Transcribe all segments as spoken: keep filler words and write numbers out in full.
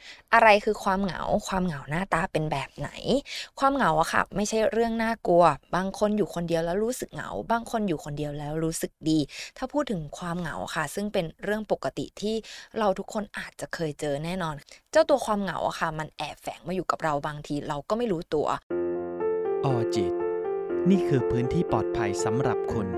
อะไรคือความเหงาความเหงาหน้าตาเป็นแบบไหนความเหงาอะค่ะไม่ใช่เรื่องน่ากลัวบางคนอยู่คนเดียวแล้วรู้สึกเหงาบางคนอยู่คนเดียวแล้วรู้สึกดีถ้าพูดถึงความเหงาค่ะซึ่งเป็นเรื่องปกติที่เราทุกคนอาจจะเคยเจอแน่นอนเจ้าตัวความเหงาอะค่ะมันแอบแฝงมาอยู่กับเราบางทีเราก็ไม่รู้ตัวออจิตนี่คือพื้นที่ปลอดภัยสำหรับคุณ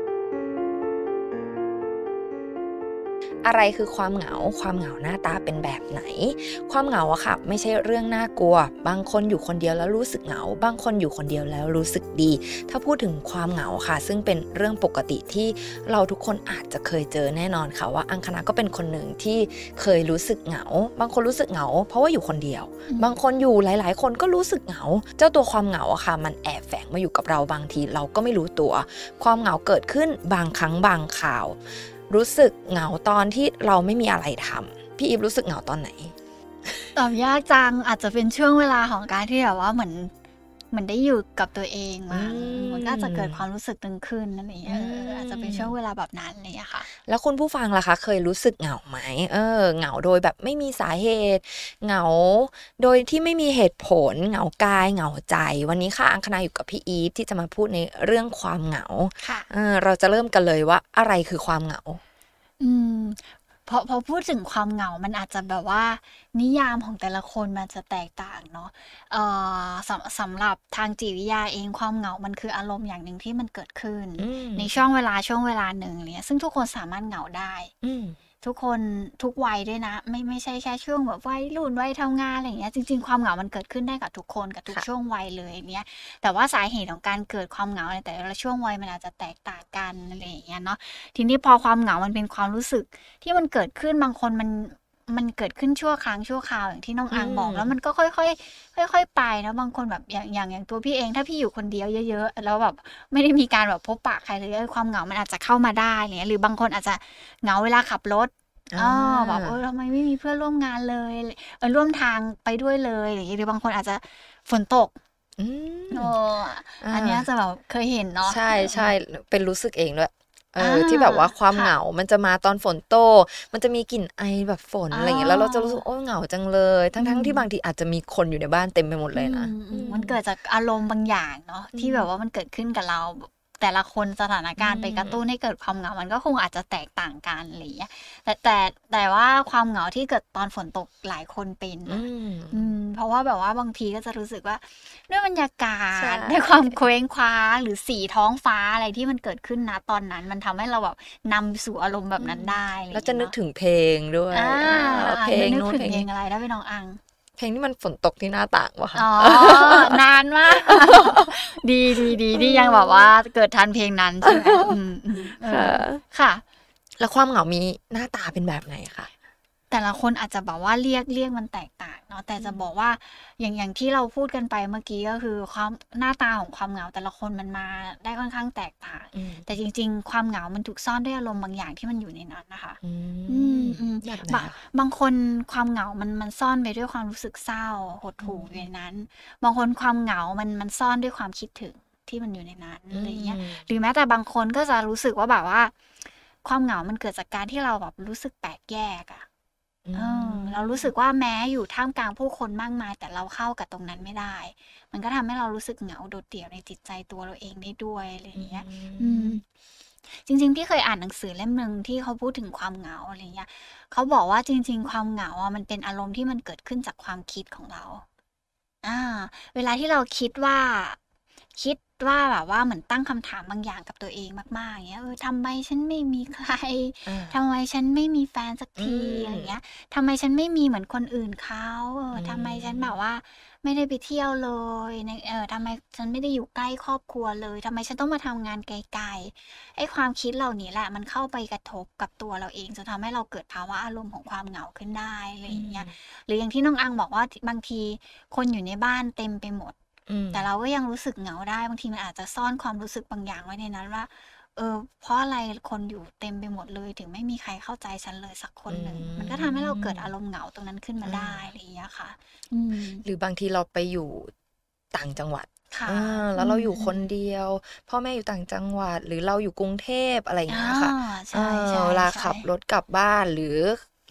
อะไรคือความเหงาความเหงาหน้าตาเป็นแบบไหนความเหงาอะค่ะไม่ใช่เรื่องน่ากลัวบางคนอยู่คนเดียวแล้วรู้สึกเหงาบางคนอยู่คนเดียวแล้วรู้สึกดีถ้าพูดถึงความเหงาค่ะซึ่งเป็นเรื่องปกติที่เราทุกคนอาจจะเคยเจอแน่นอนค่ะว่าอังคณาก็เป็นคนหนึ่งที่เคยรู้สึกเหงาบางคนรู้สึกเหงาเพราะว่าอยู่คนเดียวบางคนอยู่หลายๆคนก็รู้สึกเหงาเจ้าตัวความเหงาอะค่ะมันแอบแฝงมาอยู่กับเราบางทีเราก็ไม่รู้ตัวความเหงาเกิดขึ้นบางครั้งบางคราวรู้สึกเหงาตอนที่เราไม่มีอะไรทำพี่อีฟรู้สึกเหงาตอนไหนตอบยากจังอาจจะเป็นช่วงเวลาของการที่แบบว่าเหมือนเหมือนได้อยู่กับตัวเองมามันก็จะเกิดความรู้สึกตึงขึ้นนั่นเองอาจจะเป็นช่วงเวลาแบบนั้นเลยค่ะแล้วคุณผู้ฟังล่ะคะเคยรู้สึกเหงาไหมเออเหงาโดยแบบไม่มีสาเหตุเหงาโดยที่ไม่มีเหตุผลเหงากายเหงาใจวันนี้ค่ะอังคณาอยู่กับพี่อีฟที่จะมาพูดในเรื่องความเหงาเออเราจะเริ่มกันเลยว่าอะไรคือความเหงาอืมพอพอพูดถึงความเหงามันอาจจะแบบว่านิยามของแต่ละคนมันจะแตกต่างเนาะเอ่อสำสำหรับทางจิตวิทยาเองความเหงามันคืออารมณ์อย่างหนึ่งที่มันเกิดขึ้นในช่วงเวลาช่วงเวลาหนึ่งเนี่ยซึ่งทุกคนสามารถเหงาได้ทุกคนทุกวัยด้วยนะไม่ไม่ใช่แค่ช่วงแบบวัยรุ่นวัยทำงานอะไรอย่างเงี้ยจริงๆความเหงามันเกิดขึ้นได้กับทุกคนกับทุกช่วงวัยเลยเนี้ยแต่ว่าสาเหตุของการเกิดความเหงาในแต่ละช่วงวัยมันอาจจะแตกต่างกันอะไรอย่างเงี้ยเนาะทีนี้พอความเหงามันเป็นความรู้สึกที่มันเกิดขึ้นบางคนมันมันเกิดขึ้นชั่วครั้งชั่วคราวอย่างที่น้องอังบอกแล้วมันก็ค่อยๆค่อยๆไปนะบางคนแบบอย่างอย่างอย่างตัวพี่เองถ้าพี่อยู่คนเดียวเยอะๆแล้วแบบไม่ได้มีการแบบพบปะใครเลยความเหงามันอาจจะเข้ามาได้เนี่ยหรือบางคนอาจจะเหงาเวลาขับรถอ๋อแบบเออทำไมไม่มีเพื่อนร่วมงานเลยเออร่วมทางไปด้วยเลยหรือบางคนอาจจะฝนตกอืมโอ้อันนี้จะแบบเคยเห็นเนาะใช่ใช่เป็นรู้สึกเองด้วยเออที่แบบว่าความเหงามันจะมาตอนฝนตกมันจะมีกลิ่นไอแบบฝนอะไรอย่างเงี้ยแล้วเราจะรู้สึกโอ้เหงาจังเลยทั้งๆที่บางทีอาจจะมีคนอยู่ในบ้านเต็มไปหมดเลยนะมันเกิดจากอารมณ์บางอย่างเนาะที่แบบว่ามันเกิดขึ้นกับเราแต่ละคนสถานการณ์ไปกระตุ้นให้เกิดความเหงามันก็คงอาจจะแตกต่างกันอะไรอย่างเงี้ยแต่แต่แต่ว่าความเหงาที่เกิดตอนฝนตกหลายคนเป็นนะอืมเพราะว่าแบบว่าบางทีก็จะรู้สึกว่าด้วยบรรยากาศด้วยความเคว้งคว้างหรือสีท้องฟ้าอะไรที่มันเกิดขึ้นนะตอนนั้นมันทำให้เราแบบนำสู่อารมณ์แบบนั้นได้แล้วจะนึกถึงเพลงด้วยเพลงนึกถึงเพลงอะไรได้ไปน้องอังเพลงที่มันฝนตกที่หน้าต่างวะค่ะอ๋อนานมากดีดีดีที่ยังแบบว่าเกิดทันเพลงนั้นใช่ไหมค่ะแล้วความเหงามีหน้าตาเป็นแบบไหนคะแต่ละคนอาจจะแบบว่าเรียกเรียกมันแตกต่างเนาะแต่จะบอกว่าอย่างอย่างที่เราพูดกันไปเมื่อกี้ก็คือความหน้าตาของความเหงาแต่ละคนมันมาได้ค่อนข้างแตกต่างแต่จริงๆความเหงามันถูกซ่อนด้วยอารมณ์บางอย่างที่มันอยู่ในนั้นนะคะอืมอืมบางบางคนความเหงามันมันซ่อนไปด้วยความรู้สึกเศร้าหดหู่อยู่ในนั้นบางคนความเหงามันมันซ่อนด้วยความคิดถึงที่มันอยู่ในนั้นอะไรเงี้ยหรือแม้แต่บางคนก็จะรู้สึกว่าแบบว่าความเหงามันเกิดจากการที่เราแบบรู้สึกแปลกแยกอะเออเรารู้สึกว่าแม้อยู่ท่ามกลางผู้คนมากมายแต่เราเข้ากับตรงนั้นไม่ได้มันก็ทำให้เรารู้สึกเหงาโดดเดี่ยวในจิตใจตัวเราเองได้ด้วยอะไรอย่างเงี้ยอืมจริงๆพี่เคยอ่านหนังสือเล่มนึงที่เขาพูดถึงความเหงาอะไรเงี้ยเขาบอกว่าจริงๆความเหงาอ่ะมันเป็นอารมณ์ที่มันเกิดขึ้นจากความคิดของเราอ่าเวลาที่เราคิดว่าคิดว่าแบบว่าเหมือนตั้งคำถามบางอย่างกับตัวเองมากๆอย่างเงี้ยเออทำไมฉันไม่มีใครทำไมฉันไม่มีแฟนสักทีอะไรเงี้ยทำไมฉันไม่มีเหมือนคนอื่นเขาเออทำไมฉันแบบว่าไม่ได้ไปเที่ยวเลยในเออทำไมฉันไม่ได้อยู่ใกล้ครอบครัวเลยทำไมฉันต้องมาทำงานไกลๆไอ้ความคิดเหล่านี้แหละมันเข้าไปกระทบกับตัวเราเองจนทำให้เราเกิดภาวะอารมณ์ของความเหงาขึ้นได้อะไรอย่างเงี้ยหรืออย่างที่น้องอังบอกว่าบางทีคนอยู่ในบ้านเต็มไปหมดแต่เราก็ยังรู้สึกเหงาได้บางทีมันอาจจะซ่อนความรู้สึกบางอย่างไว้ในนั้นว่าเออเพราะอะไรคนอยู่เต็มไปหมดเลยถึงไม่มีใครเข้าใจฉันเลยสักคนหนึ่งมันก็ทำให้เราเกิดอารมณ์เหงาตรงนั้นขึ้นมาได้อะไรอย่างเงี้ยค่ะหรือบางทีเราไปอยู่ต่างจังหวัดแล้วเราอยู่คนเดียวพ่อแม่อยู่ต่างจังหวัดหรือเราอยู่กรุงเทพอะไรอย่างเงี้ยค่ะเวลาขับรถกลับบ้านหรือ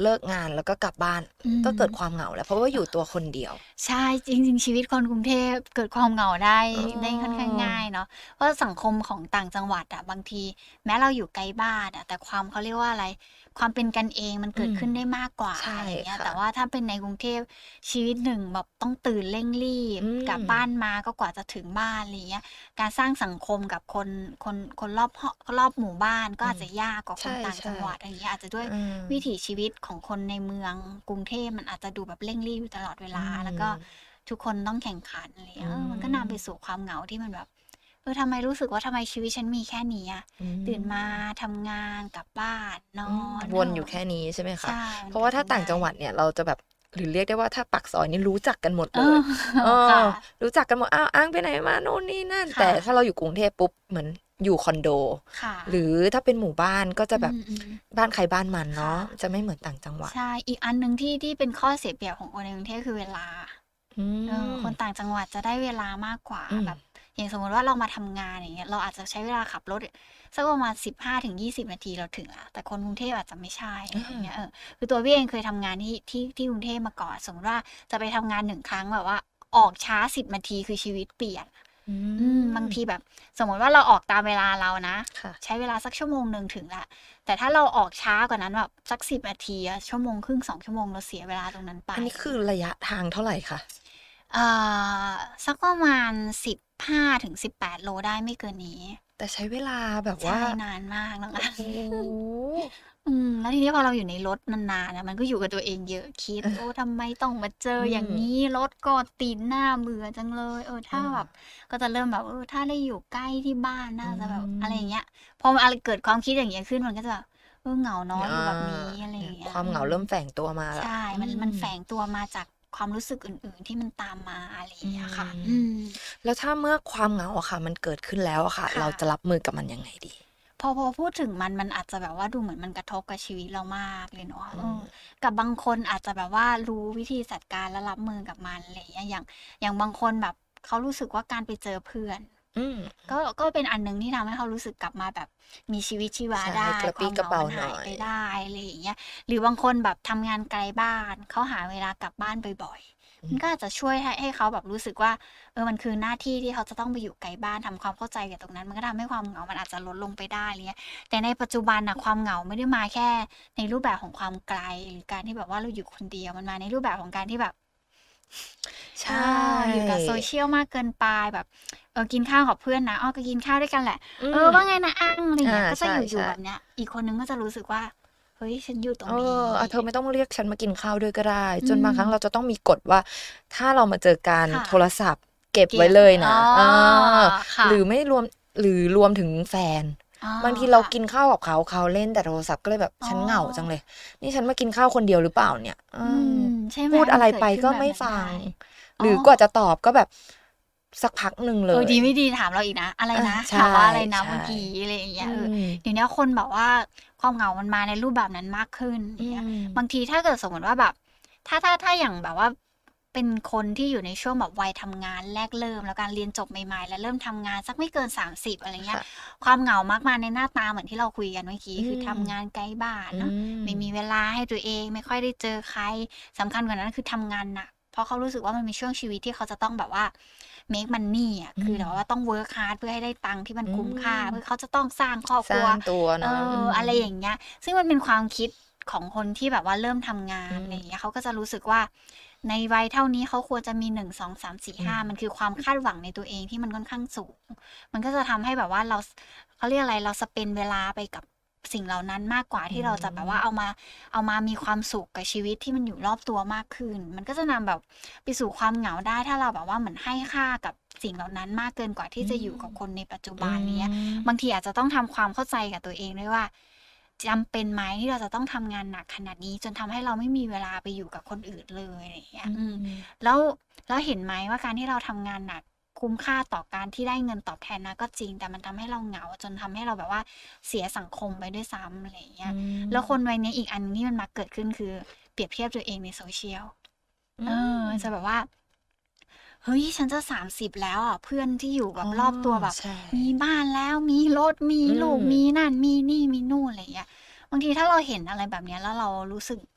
เลิกงานแล้วก็กลับบ้านอืมก็เกิดความเหงาแล้วเพราะว่าอยู่ตัวคนเดียวใช่จริงๆชีวิตคนกรุงเทพเกิดความเหงาได้อ๋อได้ค่อนข้างง่ายเนาะเพราะสังคมของต่างจังหวัดอะบางที แม้เราอยู่ไกลบ้านอะแต่ความเขาเรียกว่าอะไร ความเป็นกันเองมันเกิดอืมขึ้นได้มากกว่าใช่อะไรอย่างเงี้ยค่ะแต่ว่าถ้าเป็นในกรุงเทพชีวิตหนึ่งแบบต้องตื่นเร่งรีบอืมกลับบ้านมาก็กว่าจะถึงบ้านอะไรเงี้ยการสร้างสังคมกับคนคนคนรอบหรอบหมู่บ้านก็อาจจะยากกว่าคนใช่ต่างจังหวัดใช่อะไรเงี้ยอาจจะด้วยอืมวิถีชีวิตของคนในเมืองกรุงเทพมันอาจจะดูแบบเร่งรีบอยู่ตลอดเวลาอืมแล้วก็ทุกคนต้องแข่งขันอะไรเงี้ยอืเออมันก็นำไปมสู่ความเหงาที่มันแบบ เออทำไมรู้สึกว่าทำไมชีวิตฉันมีแค่นี้อะอืตื่นมามทำงานกลับบ้านนออืมนวนเออยู่อแค่นี้ใช่ไหมคะใช่มัเพนราะเกิว่าดถ้าขึ้นต่างได้จังหวัดเนี่ยเราจะแบบหรือเรียกได้ว่าถ้าปากซอยนี่รู้จักกันหมดเอเลยอเอค่ะอ รู้จักกันหมดอ้าวอ้างไปไหนมาโน่นนี่นั่นค่แต่ะถ้าเราอยู่กรุงเทพปุ๊บเหมือนอยู่คอนโดค่ะหรือถ้าเป็นหมู่บ้านก็จะอืแบบม ๆบ้านใครบ้านมันค่ะเนาะจะไม่เหมือนต่างจังหวัดใช่ อีกอันหนึ่งที่ที่เป็นข้อเสียเปรียบของคนในกรุงเทพคือเวลาอืเออ คนมต่างจังหวัดจะได้เวลามากกว่าอืมแบบอย่างสมมุติว่าเรามาทำงานอย่างเงี้ย เราอาจจะใช้เวลาขับรถสักประมาณ สิบห้าถึงยี่สิบ นาทีเราถึงแล้ว แต่คนกรุงเทพอาจจะไม่ใช่ออะไรอย่างเงี้าย เออ คือตัวพี่เองเคยทำงานที่ที่ที่กรุงเทพมาก่อน สมมุติว่าจะไปทำงาน หนึ่ง ครั้งแบบว่าออกช้า สิบ นาทีคือชีวิตเปลี่ยนอือืม บางมทีแบบสมมุติว่าเราออกตามเวลาเรานะค่ะใช้เวลาสักชั่วโมงหนึ่งถึงแล้ว แต่ถ้าเราออกช้ากว่านั้นแบบสัก สิบ นาทีอะ ชั่วโมงครึ่ง สอง ชั่วโมงเราเสียเวลาตรงนั้นไปอันนี้คือระยะทางเท่าไรคะ? อ่า สักประมาณ สิบห้าถึงสิบแปด โลได้ไม่เกินนี้แต่ใช้เวลาแบบใชว่านานมากน้องโอ้อาโฮอืม แล้วทีนี้พอเราอยู่ในรถนานๆอะมันก็อยู่กับตัวเองเยอะ คิด โอ้ ทำไมต้องมาเจออือย่างมงี้ รถก็ติด น่าเบื่อจังเลย เออ ถ้าแบอาบ ก็จะเริ่มแบบ เออ ถ้าได้อยู่ใกล้ที่บ้านอืน่าจะแบบ อะไรอย่างมเงี้ย พอมันอะไรเกิดความคิดอย่างเงี้ยขึ้นมันก็จะแบบ เออ เหงาเนาะออยู่แบบานี้ อะไรอเนี่ย่าย งเงี้คยวามอืเหงาเริ่มมแฝงตัวมาแล้ใชว่อืมัน มันแฝมงตัวมาจากความรู้สึกอื่น ๆ ที่มันตามมา อะไรอย่าอืงเงี้ยค่ะมอืมแล้วถ้าเมื่อความเหงาอะค่ะมันเกิดขึ้นแล้วอะค่ะค่เราจะะรับมือกับมันยังไงดี? พอ พอพูดถึงมัน มันอาจจะแบบว่าดูเหมือนมันกระทบกับชีวิตเรามากเลยเนาะอืเออมกับบางคนอาจจะแบบว่ารู้วิธีจัดการและรับมือกับมัน อะไรอย่างเงี้ย อย่าง อย่างบางคนแบบเขารู้สึกว่าการไปเจอเพื่อนอืมก็ ก็เป็นอันหนึ่งที่ทำให้เขารู้สึกกลับมาแบบมีชีวิตชีวาใช่ได้กระคปวารี้มกเหระงาเปร่ามันหนห่ายอยไปได้ อะไรอย่างเงี้ย หรือบางคนแบบทำงานไกลบ้าน เขาหาเวลากลับบ้านบ่อยอืๆ มันมก็อาจจะช่วยให้ ให้เขาแบบรู้สึกว่า เออ มันคือหน้าที่ที่เขาจะต้องไปอยู่ไกลบ้าน ทำความเข้าใจกับตรงนั้น มันก็ทำให้ความเหงามันอาจจะลดลงไปได้ อะไรเงี้ย แต่ในปัจจุบันน่ะความเหงาไม่ได้มาแค่ในรูปแบบของความไกล หรือการที่แบบว่าเราอยู่คนเดียว มันมาในรูปแบบของการที่แบบใชเออ อยู่กับ social มากเกินไป แบบ เออ กินข้าวกับเพื่อนนะ อ้อ ก็กินข้าวด้วยกันแหละอืเออมว่าไงนะอั้ง อะไรอย่างอาเงี้ย ก็ใจะอชยู่่ๆ แบๆบเนี้ย อีกคนหนึ่งก็จะรู้สึกว่า เฮ้ย ฉันอยู่ตรเองนี้อ อา เธอไม่ต้องเรียกฉันมากินข้าวด้วยก็ได้อืจนบางครั้งมเราจะต้องมีกฎว่า ถ้าเรามาเจอกันค่ะโทรศัพท์เก็บเก็ไว้บเลยนอ๋ะอเออค่ะหรือไม่รวม หรือรวมถึงแฟนอ๋อบางทีเราค่ะกินข้าวกับเขา เขาเล่นแต่โทรศัพท์ ก็เลยแบบอ๋อฉันเหงาจังเลย นี่ฉันมากินข้าวคนเดียวหรือเปล่าเนี่ย เออือม ใช่ไหมพูดมัอะนไรเกิดไปขึ้นก็แบบไม่นั้นฟัได้งอ๋อหรือกว่าจะตอบก็แบบสักพักหนึ่งเลเออ ดียไม่ดีถามเราอีกนะ อะไรอานะใช่ถามว่าอะไรนะใชเมื่่อกี้ อะไรอย่างเงี้อืย เออมเดี๋ยวเนี้ยคนแบบว่าความเหงามันมาในรูปแบบนั้นมากขึ้น ออืย่างเงี้ยมบางทีถ้าเกิดสมมุติว่าแบบ ถ้า ถ้า ถ้าอย่างแบบว่าเป็นคนที่อยู่ในช่วงแบบวัยทำงานแรกเริ่ม แล้วการเรียนจบใหม่ ๆ แล้วเริ่มทำงานสักไม่เกิน สามสิบ อะไรเงี้ค่ยะความเหงามักมาในหน้าตาเหมือนที่เราคุยกันเมื่อกี้อืคือทำมงานไกลบ้านอืเนาะมไม่มีเวลาให้ตัวเอง ไม่ค่อยได้เจอใคร สำคัญกว่านั้นคือทำงานหนัก เพราะเขารู้สึกว่ามันมีช่วงชีวิตที่เขาจะต้องแบบว่า make money อะอืคือแบบมว่าต้อง work hard เพื่อให้ได้ตังค์ที่มันอืคุ้มค่า เพื่มอเขาจะต้องสร้างครอบสรครั้วางตัวเอเนาะ อือ อะไรมอย่างเงี้ย ซึ่งมันเป็นความคิดของคนที่แบบว่าเริ่มทำงาอืน อะไรอมย่างเงี้ย เขาก็จะรู้สึกว่า ในวัยเท่านี้เขาควรจะมี หนึ่ง สอง สาม สี่อืห้ามมันคือความคาดหวังในตัวเองที่มันค่อนข้างสูง มันก็จะทำให้แบบว่าเรา ส เขาเรียกอะไร เรา spend เวลาไปกับสิ่งเหล่านั้นมากกว่าอืที่เราจะแบบว่ามเอามา เอามามีความสุขกับชีวิตที่มันอยู่รอบตัวมากขึ้น มันก็จะนำแบบไปสู่ความเหงาได้ ถ้าเราแบบว่าเหมือนให้ค่ากับสิ่งเหล่านั้นมากเกินกว่าทีอื่จะอยู่กับมคนในปัจจุอืบัน ไรเงี้ย บางมทีอาจจะต้องทำความเข้าใจกับตัวเองด้วยว่า จำเป็นไหมที่เราจะต้องทำงานหนักขนาดนี้ จนทำให้เราไม่มีเวลาไปอยู่กับคนอื่นเลย อะไรอย่างเงี้อืย อืมมแล้ว แล้วเห็นไหมว่าการที่เราทำงานหนักคุ้มค่าต่อการที่ได้เงินตอบแทนนะก็จริง แต่มันทำให้เราเหงา จนทำให้เราแบบว่าเสียสังคมไปด้วยซ้ำ อะไรอย่างเงี้อืย แล้วคนมวัยเนี้ยอีกอันหนึ่งที่มันมักเกิดขึ้นคือเปรียบเทียบตัวเองใน social อืเออ จะมแบบว่า เฮ้ย ฉันจะ สามสิบ แล้วอะ เพื่อนที่อยู่แบอ๋อบรอบตัวแบบใช่มีบ้านแล้ว มีรถ มีอืลูก มีมนั่น มีนี่ มีนู่น อะไรอย่างเงี้ย บางทีถ้าเราเห็นอะไรแบบเนี้ย แล้วเรารู้สึก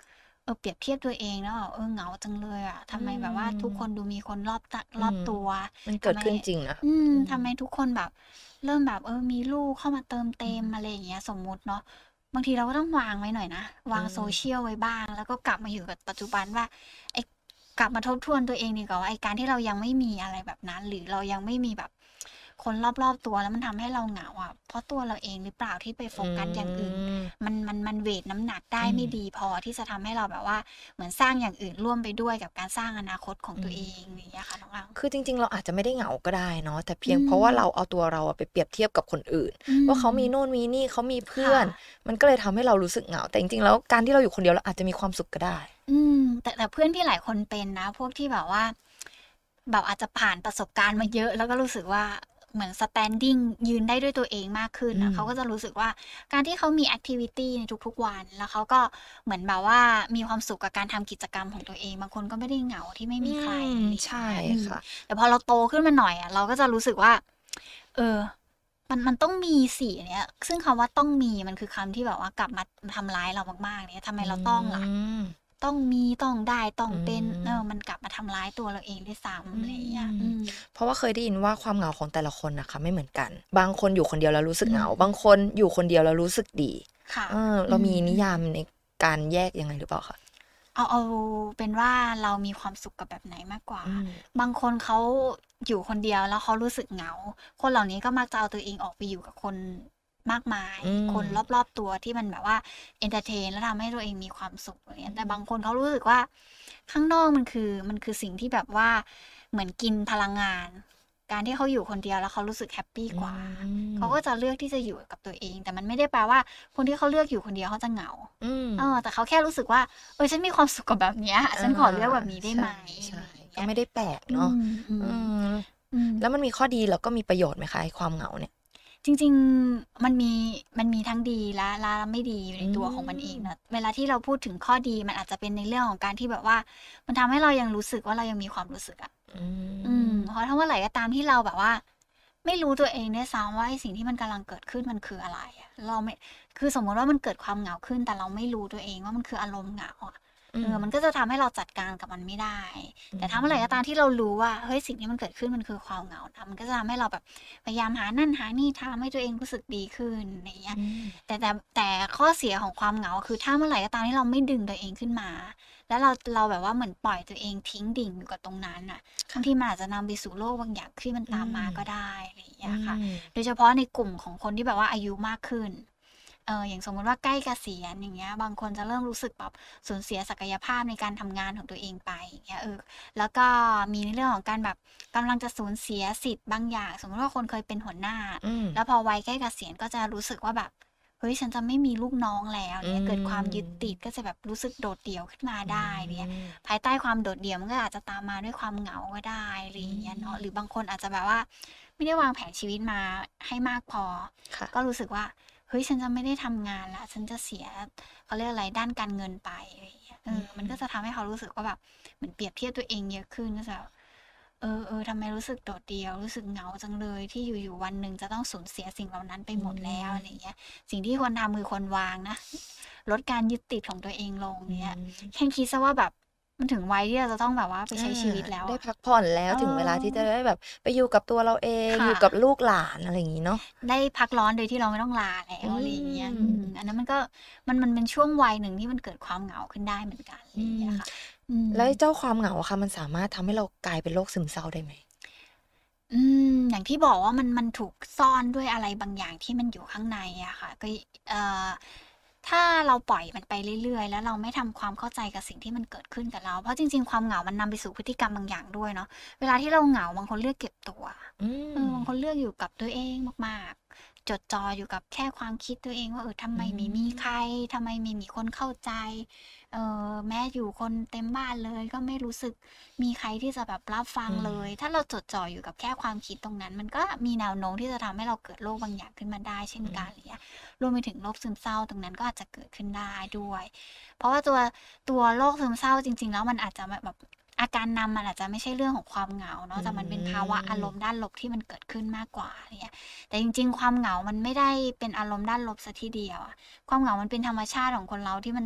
เออเปรียบเทียบตัวเองแล้วแบบเออเหงาจังเลยอ่ะทำไมแบบว่าทุกคนดูมีคนรอบตะรอบตัวมันเกิดขึ้นจริงนะอืมทำไมทุกคนแบบเริ่มแบบเออมีลูกเข้ามาเติมเต็มอะไรอย่างเงี้ยสมมุติเนาะบางทีเราก็ต้องวางไว้หน่อยนะวางโซเชียลไว้บ้างแล้วก็กลับมาอยู่กับปัจจุบันว่าไอ้กลับมาทบทวนตัวเองดีกว่าว่าไอ้การที่เรายังไม่มีอะไรแบบนั้น หรือเรายังไม่มีแบบคนรอบๆตัวแล้วมันทำให้เราเหงาอ่ะเพราะตัวเราเองหรือเปล่าที่ไปโฟกัสอย่างอื่นมันมันมันเวทน้ำหนักได้ไม่ดีพอที่จะทำให้เราแบบว่าเหมือนสร้างอย่างอื่นร่วมไปด้วยกับการสร้างอนาคตของตัวเองอย่างเงี้ยค่ะน้องอังคือจริงๆเราอาจจะไม่ได้เหงาก็ได้เนาะแต่เพียงเพราะว่าเราเอาตัวเราไปเปรียบเทียบกับคนอื่นว่าเขามีโน่นมีนี่เขามีเพื่อนมันก็เลยทำให้เรารู้สึกเหงาแต่จริงๆแล้วการที่เราอยู่คนเดียวเราอาจจะมีความสุขก็ได้อืมแต่แต่เพื่อนพี่หลายคนเป็นนะพวกที่แบบว่าแบบอาจจะผ่านประสบการณ์มาเยอะแล้วก็รู้สึกว่าเหมือน standing ยืนได้ด้วยตัวเองมากขึ้นนะเขาก็จะรู้สึกว่าการที่เขามี activity ในทุกๆวันแล้วเขาก็เหมือนแบบว่ามีความสุขกับการทำกิจกรรมของตัวเองบางคนก็ไม่ได้เหงาที่ไม่มีใครใช่ค่ะแต่พอเราโตขึ้นมาหน่อยอ่ะเราก็จะรู้สึกว่าเออมันมันต้องมีสิเนี่ยซึ่งคำว่าต้องมีมันคือคำที่แบบว่ากลับมาทำร้ายเรามากๆเนี่ยทำไมเราต้องล่ะต้องมีต้องได้ต้องเป็นเออมันกลับมาทำร้ายตัวเราเองด้วยซ้ำอะไรอย่างเงี้ยเพราะว่าเคยได้ยินว่าความเหงาของแต่ละคนนะคะไม่เหมือนกันบางคนอยู่คนเดียวแล้วรู้สึกเหงาบางคนอยู่คนเดียวแล้วรู้สึกดีค่ะเออเรามีนิยามในการแยกยังไงหรือเปล่าคะเอาเอาเป็นว่าเรามีความสุขกับแบบไหนมากกว่าบางคนเขาอยู่คนเดียวแล้วเขารู้สึกเหงาคนเหล่านี้ก็มักจะเอาตัวเองออกไปอยู่กับคนมากมายคนรอบๆตัวที่มันแบบว่าเอนเตอร์เทนแล้วทำให้ตัวเองมีความสุขอะไรเงี้ยแต่บางคนเขารู้สึกว่าข้างนอกมันคือมันคือสิ่งที่แบบว่าเหมือนกินพลังงานการที่เขาอยู่คนเดียวแล้วเขารู้สึกแฮปปี้กว่าเขาก็จะเลือกที่จะอยู่กับตัวเองแต่มันไม่ได้แปลว่าคนที่เขาเลือกอยู่คนเดียวเขาจะเหงาเออแต่เขาแค่รู้สึกว่าเออฉันมีความสุขกับแบบเนี้ยฉันขอเลือกแบบนี้ได้ไหมก็ไม่ได้แปลกเนาะแล้วมันมีข้อดีแล้วก็มีประโยชน์ไหมคะไอ้ความเหงาเนี่ยจริงๆมันมีมันมีทั้งดีและและไม่ดีอยู่ในตัวของมันเองนะเวลาที่เราพูดถึงข้อดีมันอาจจะเป็นในเรื่องของการที่แบบว่ามันทำให้เรายังรู้สึกว่าเรายังมีความรู้สึกอ่ะอืมเพราะถ้าว่าไหร่ก็ตามที่เราแบบว่าไม่รู้ตัวเองเนี่ยซ้ำว่าไอ้สิ่งที่มันกำลังเกิดขึ้นมันคืออะไรอ่ะเราไม่คือสมมติว่ามันเกิดความเหงาขึ้นแต่เราไม่รู้ตัวเองว่ามันคืออารมณ์เหงาอ่ะเออมันก็จะทำให้เราจัดการกับมันไม่ได้แต่ถ้าเมื่อไหร่ก็ตามที่เรารู้ว่าเฮ้ยสิ่งที่มันเกิดขึ้นมันคือความเหงานะมันก็จะทำให้เราแบบพยายามหานั่นหานี่ทำให้ตัวเองรู้สึกดีขึ้นอย่างเงี้ยแต่แต่แต่ข้อเสียของความเหงาคือถ้าเมื่อไหร่ก็ตามที่เราไม่ดึงตัวเองขึ้นมาแล้วเราเราแบบว่าเหมือนปล่อยตัวเองทิ้งดิ่งอยู่กับตรงนั้นอ่ะบางทีมันอาจจะนำไปสู่โรคบางอย่างที่มันตามมาก็ได้อะไรอย่างเงี้ยค่ะโดยเฉพาะในกลุ่มของคนที่แบบว่าอายุมากขึ้นเอออย่างสมมติว่าใกล้เกษียณอย่างเงี้ยบางคนจะเริ่มรู้สึกแบบสูญเสียศักยภาพในการทำงานของตัวเองไปอย่างเงี้ยเออแล้วก็มีในเรื่องของการแบบกำลังจะสูญเสียสิทธิ์บางอย่างสมมติว่าคนเคยเป็นหัวหน้าแล้วพอวัยใกล้เกษียณก็จะรู้สึกว่าแบบเฮ้ยฉันจะไม่มีลูกน้องแล้วเนี่ยเกิดความยึดติดก็จะแบบรู้สึกโดดเดี่ยวขึ้นมาได้เนี่ยภายใต้ความโดดเดี่ยวมันก็อาจจะตามมาด้วยความเหงาก็ได้อะไรอย่างเงี้ยเนาะหรือบางคนอาจจะแบบว่าไม่ได้วางแผนชีวิตมาให้มากพอก็รู้สึกว่าเฮ้ยฉันจะไม่ได้ทำงานละฉันจะเสียเขาเรียกอะไรด้านการเงินไปอะไรอย่างเงี้ยเออมันก็จะทำให้เขารู้สึกว่าแบบเหมือนเปรียบเทียบตัวเองเยอะขึ้นก็จะเออเออทำไมรู้สึกโดดเดี่ยวรู้สึกเหงาจังเลยที่อยู่ๆวันหนึ่งจะต้องสูญเสียสิ่งเหล่านั้นไปหมดแล้วอะไรเงี้ยสิ่งที่ควรทำคือควรวางนะลดการยึดติดของตัวเองลงเนี้ยแค่คิดซะว่าแบบมันถึงวัยที่เราจะต้องแบบว่าไปใช้ชีวิตแล้วได้พักผ่อนแล้วถึงเวลาที่จะได้แบบไปอยู่กับตัวเราเองอยู่กับลูกหลานอะไรอย่างนี้เนาะได้พักร้อนโดยที่เราไม่ต้องลาแล้วอะไรอย่างเงี้ยอันนั้นมันก็มันมันเป็นช่วงวัยหนึ่งที่มันเกิดความเหงาขึ้นได้เหมือนกันเลยค่ะแล้วเจ้าความเหงาค่ะมันสามารถทำให้เรากลายเป็นโรคซึมเศร้าได้ไหมอืมอย่างที่บอกว่ามันมันถูกซ่อนด้วยอะไรบางอย่างที่มันอยู่ข้างในอะค่ะก็เอ่อถ้าเราปล่อยมันไปเรื่อยๆแล้วเราไม่ทำความเข้าใจกับสิ่งที่มันเกิดขึ้นกับเราเพราะจริงๆความเหงามันนำไปสู่พฤติกรรมบางอย่างด้วยเนาะเวลาที่เราเหงาบางคนเลือกเก็บตัวเออบางคนเลือกอยู่กับตัวเองมากๆจดจ่ออยู่กับแค่ความคิดตัวเองว่าเออทำไมไม่มีใครทำไมไม่มีคนเข้าใจเออแม้อยู่คนเต็มบ้านเลยก็ไม่รู้สึกมีใครที่จะแบบรับฟังเลยถ้าเราจดจ่ออยู่กับแค่ความคิดตรงนั้นมันก็มีแนวโน้มที่จะทำให้เราเกิดโรคบางอย่างขึ้นมาได้เช่นกันอะไรเงี้ยรวมไปถึงโรคซึมเศร้าตรงนั้นก็อาจจะเกิดขึ้นได้ด้วย เพราะว่าตัวตัวโรคซึมเศร้าจริงๆแล้วมันอาจจะแบบอาการนำมันอาจจะไม่ใช่เรื่องของความเหงาเนาะแต่มันเป็นภาวะอารมณ์ด้านลบที่มันเกิดขึ้นมากกว่าเนี่ยแต่จริงๆความเหงามันไม่ได้เป็นอารมณ์ด้านลบซะทีเดียวอะความเหงามันเป็นธรรมชาติของคนเราที่มันแบบ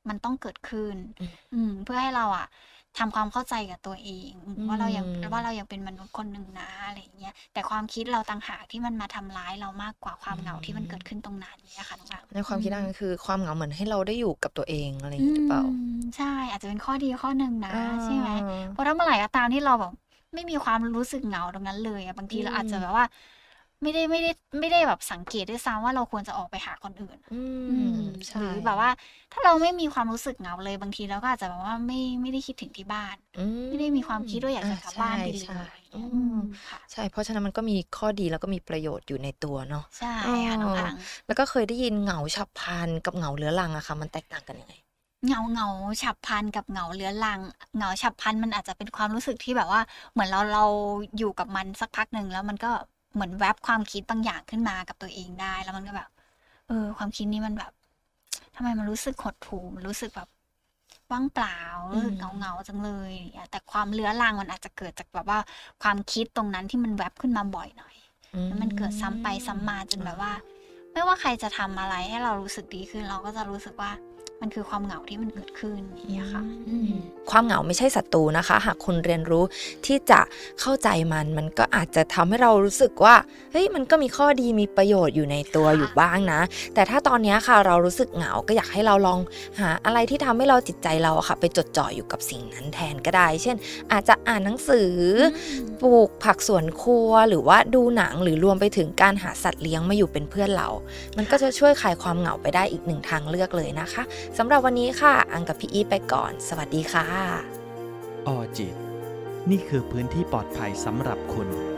มันต้องเกิดขึ้นอืมอืมเพื่อให้เราอะทำความเข้าใจกับตัวเองอืมอืว่าเรายังมว่าเรายังเป็นมนุษย์คนหนึ่งนะอะไรอย่างเงี้ยแต่ความคิดเราต่างหากที่มันมาทำร้ายเรามากกว่าความเหงาที่มันเกิดขึ้นตรงนั้นเนี่ยค่ะน้องหลังในความคิดอือันมนั้นคือความเหงาเหมือนให้เราได้อยู่กับตัวเองอะไรอย่าอืงงี้หรือเปล่ามใช่อาจจะเป็นข้อดีข้อหนึ่งเอนะ ใช่ไหมอเพราะถ้าเมื่อไหร่ก็ตามที่เราแบบไม่มีความรู้สึกเหงาตรงนั้นเลยอะบางอืทีเราอาจจะมแบบว่า ไม่ได้ไม่ได้ไม่ได้แบบสังเกตด้วยซ้ำว่าเราควรจะออกไปหาคนอื่นอือืมมใชหรื่ อแบบ่ว่า ถ้าเราไม่มีความรู้สึกเหงาเลย บางทีเราก็อาจจะแบบว่าไม่ไม่ได้คิดถึงที่บ้านอืไม่ได้มีความคิดว่าอยากอาจะกลับใชบ้านไปเล่ๆยอือืมม ค่ะใช่ เพราะฉะนั้นมันก็มีข้อดีแล้วก็มีประโยชน์อยู่ในตัวเนาะใช่เอค่ะน้องหลังแล้วก็เคยได้ยินเหงาฉับพลันกับเหงาเรื้อรังอะค่ะ มันแตกต่างกันยังไง? เหงา เหงาฉับพลันกับเหงาเรื้อรัง เหงาฉับพลันมันอาจจะเป็นความรู้สึกที่แบบว่า เหมือนเรา เราอยู่กับมันสักพักหนึ่ง แล้วมันก็เหมือนแว็บความคิดบางอย่างขึ้นมากับตัวเองได้ แล้วมันก็แบบ เออ ความคิดนี้มันแบบ ทำไมมันรู้สึกหดหู่ มันรู้สึกแบบว่างเปล่าอืรู้สึกมเหงา ๆ จังเลย อย่างเงี้ย แต่ความเรื้อรังมันอาจจะเกิดจากแบบว่าความคิดตรงนั้นที่มันแว็บขึ้นมาบ่อยหน่อยอืแล้วมันเกิดซ้ำไปซ้ำมาจนมแบบว่า ไม่ว่าใครจะทำอะไรให้เรารู้สึกดีขึ้น เราก็จะรู้สึกว่า มันคือความเหงาที่มันเกิดขึ้น อย่างอืเงี้ยค่ะ อืมมความเหงาไม่ใช่ศัตรูนะคะ หากคุณเรียนรู้ที่จะเข้าใจมัน มันก็อาจจะทำให้เรารู้สึกว่า เฮ้ย มันก็มีข้อดีมีประโยชน์อยู่ในตัวค่อยู่บ้างนะ แต่ถ้าตอนเนี้ยค่ะเรารู้สึกเหงา ก็อยากให้เราลองหาอะไรที่ทำให้เรา จิตใจเราอะค่ะไปจดจ่ออยู่กับสิ่งนั้นแทนก็ได้ เช่น อาจจะอ่านหนังสืออืมปลูกผักสวนครัว หรือว่าดูหนัง หรือรวมไปถึงการหาสัตว์เลี้ยงมาอยู่เป็นเพื่อนเรา มันคก็่ะจะช่วยคลายความเหงาไปได้อีกหนึ่งทางเลือกเลยนะคะ สำหรับวันนี้ค่ะ อังกับพี่อีฟไปก่อน สวัสดีค่ะออจิต นี่คือพื้นที่ปลอดภัยสำหรับคุณ